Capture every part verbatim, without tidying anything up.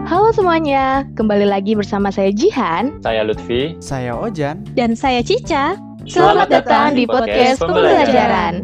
Halo semuanya, kembali lagi bersama saya Jihan. Saya Lutfi. Saya Ojan. Dan saya Cica. Selamat, Selamat datang di podcast Pembelajaran.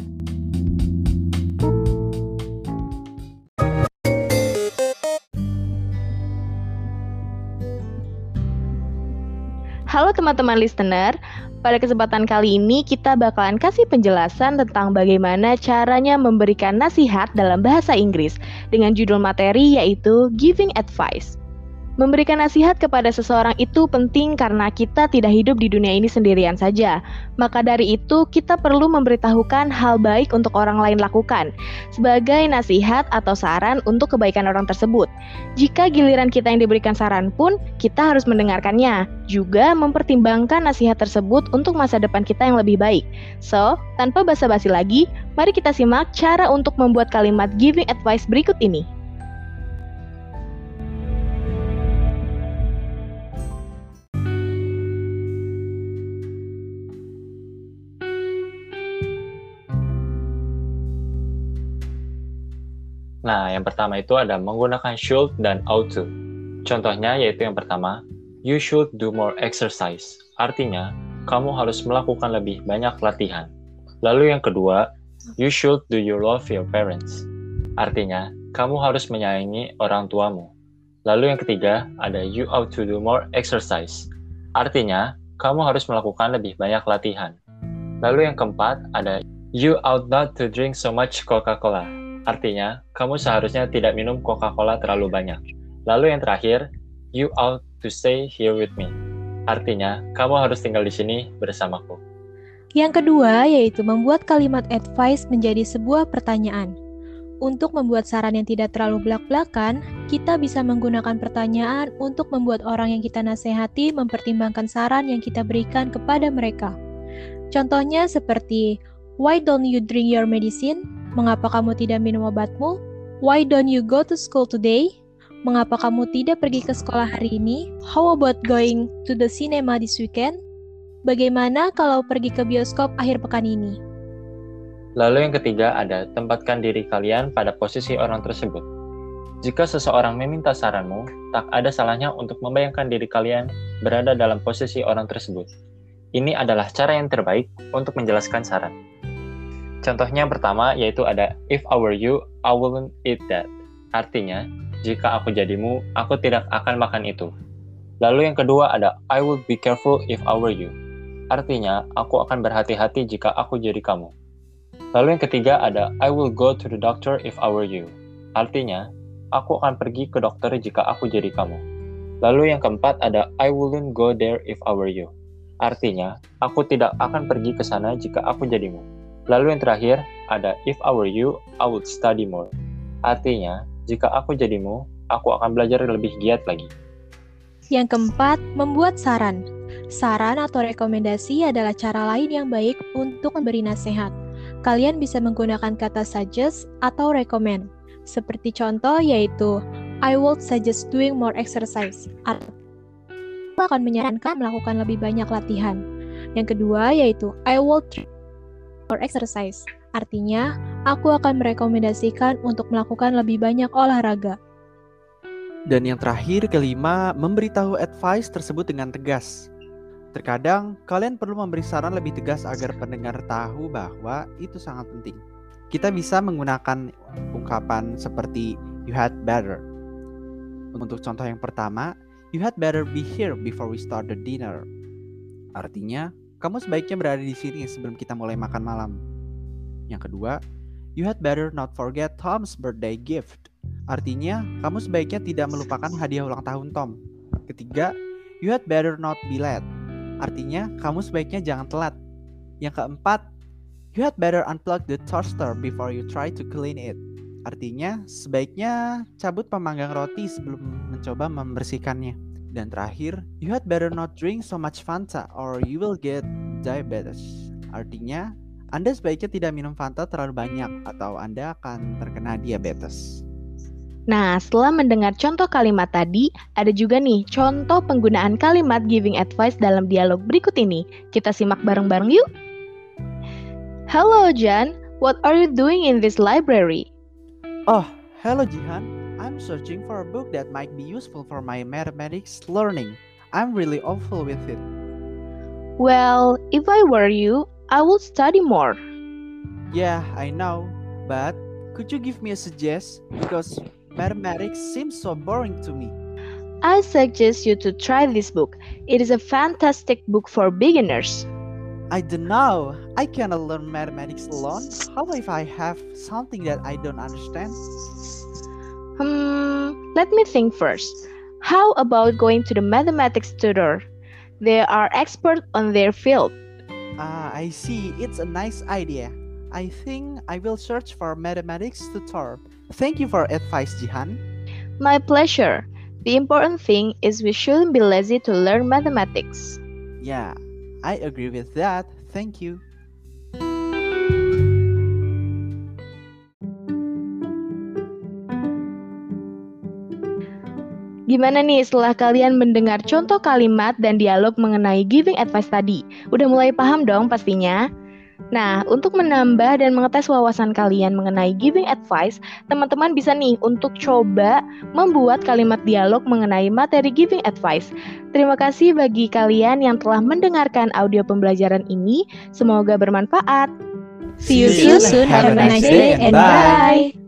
Halo teman-teman listener, pada kesempatan kali ini kita bakalan kasih penjelasan tentang bagaimana caranya memberikan nasihat dalam bahasa Inggris dengan judul materi yaitu Giving Advice. Memberikan nasihat kepada seseorang itu penting karena kita tidak hidup di dunia ini sendirian saja. Maka dari itu, kita perlu memberitahukan hal baik untuk orang lain lakukan, sebagai nasihat atau saran untuk kebaikan orang tersebut. Jika giliran kita yang diberikan saran pun, kita harus mendengarkannya, juga mempertimbangkan nasihat tersebut untuk masa depan kita yang lebih baik. So, tanpa basa-basi lagi, mari kita simak cara untuk membuat kalimat giving advice berikut ini. Nah, yang pertama itu ada menggunakan should dan ought to. Contohnya yaitu yang pertama, you should do more exercise. Artinya, kamu harus melakukan lebih banyak latihan. Lalu yang kedua, you should do you love your parents. Artinya, kamu harus menyayangi orang tuamu. Lalu yang ketiga, ada you ought to do more exercise. Artinya, kamu harus melakukan lebih banyak latihan. Lalu yang keempat, ada you ought not to drink so much Coca-Cola. Artinya, kamu seharusnya tidak minum Coca-Cola terlalu banyak. Lalu yang terakhir, you ought to stay here with me. Artinya, kamu harus tinggal di sini bersamaku. Yang kedua, yaitu membuat kalimat advice menjadi sebuah pertanyaan. Untuk membuat saran yang tidak terlalu belak-belakan, kita bisa menggunakan pertanyaan untuk membuat orang yang kita nasihati mempertimbangkan saran yang kita berikan kepada mereka. Contohnya seperti, why don't you drink your medicine? Mengapa kamu tidak minum obatmu? Why don't you go to school today? Mengapa kamu tidak pergi ke sekolah hari ini? How about going to the cinema this weekend? Bagaimana kalau pergi ke bioskop akhir pekan ini? Lalu yang ketiga ada tempatkan diri kalian pada posisi orang tersebut. Jika seseorang meminta saranmu, tak ada salahnya untuk membayangkan diri kalian berada dalam posisi orang tersebut. Ini adalah cara yang terbaik untuk menjelaskan saran. Contohnya yang pertama yaitu ada if I were you, I wouldn't eat that. Artinya, jika aku jadimu, aku tidak akan makan itu. Lalu yang kedua ada I would be careful if I were you. Artinya, aku akan berhati-hati jika aku jadi kamu. Lalu yang ketiga ada I will go to the doctor if I were you. Artinya, aku akan pergi ke dokter jika aku jadi kamu. Lalu yang keempat ada I wouldn't go there if I were you. Artinya, aku tidak akan pergi ke sana jika aku jadimu. Lalu yang terakhir, ada if I were you, I would study more. Artinya, jika aku jadimu, aku akan belajar lebih giat lagi. Yang keempat, membuat saran. Saran atau rekomendasi adalah cara lain yang baik untuk memberi nasihat. Kalian bisa menggunakan kata suggest atau recommend. Seperti contoh yaitu, I would suggest doing more exercise. Aku akan menyarankan melakukan lebih banyak latihan. Yang kedua yaitu, I would or exercise. Artinya, aku akan merekomendasikan untuk melakukan lebih banyak olahraga. Dan yang terakhir, kelima, memberitahu advice tersebut dengan tegas. Terkadang, kalian perlu memberi saran lebih tegas agar pendengar tahu bahwa itu sangat penting. Kita bisa menggunakan ungkapan seperti you had better. Untuk contoh yang pertama, you had better be here before we start the dinner. Artinya, kamu sebaiknya berada di sini sebelum kita mulai makan malam. Yang kedua, you had better not forget Tom's birthday gift. Artinya, kamu sebaiknya tidak melupakan hadiah ulang tahun Tom. Ketiga, you had better not be late. Artinya, kamu sebaiknya jangan telat. Yang keempat, you had better unplug the toaster before you try to clean it. Artinya, sebaiknya cabut pemanggang roti sebelum mencoba membersihkannya. Dan terakhir, you had better not drink so much Fanta or you will get diabetes. Artinya, Anda sebaiknya tidak minum Fanta terlalu banyak atau Anda akan terkena diabetes. Nah, setelah mendengar contoh kalimat tadi, ada juga nih contoh penggunaan kalimat giving advice dalam dialog berikut ini. Kita simak bareng-bareng yuk. Hello, Jan. What are you doing in this library? Oh, hello Jihan. I'm I'm searching for a book that might be useful for my mathematics learning. I'm really awful with it. Well, if I were you, I would study more. Yeah, I know, but could you give me a suggest? Because mathematics seems so boring to me. I suggest you to try this book. It is a fantastic book for beginners. I don't know. I cannot learn mathematics alone. How if I have something that I don't understand? Hmm, let me think first. How about going to the mathematics tutor? They are experts on their field. Ah, I see. It's a nice idea. I think I will search for mathematics tutor. Thank you for advice, Jihan. My pleasure. The important thing is we shouldn't be lazy to learn mathematics. Yeah, I agree with that. Thank you. Gimana nih setelah kalian mendengar contoh kalimat dan dialog mengenai giving advice tadi? Udah mulai paham dong pastinya? Nah, untuk menambah dan mengetes wawasan kalian mengenai giving advice, teman-teman bisa nih untuk coba membuat kalimat dialog mengenai materi giving advice. Terima kasih bagi kalian yang telah mendengarkan audio pembelajaran ini. Semoga bermanfaat. See you soon. Have a nice day and bye.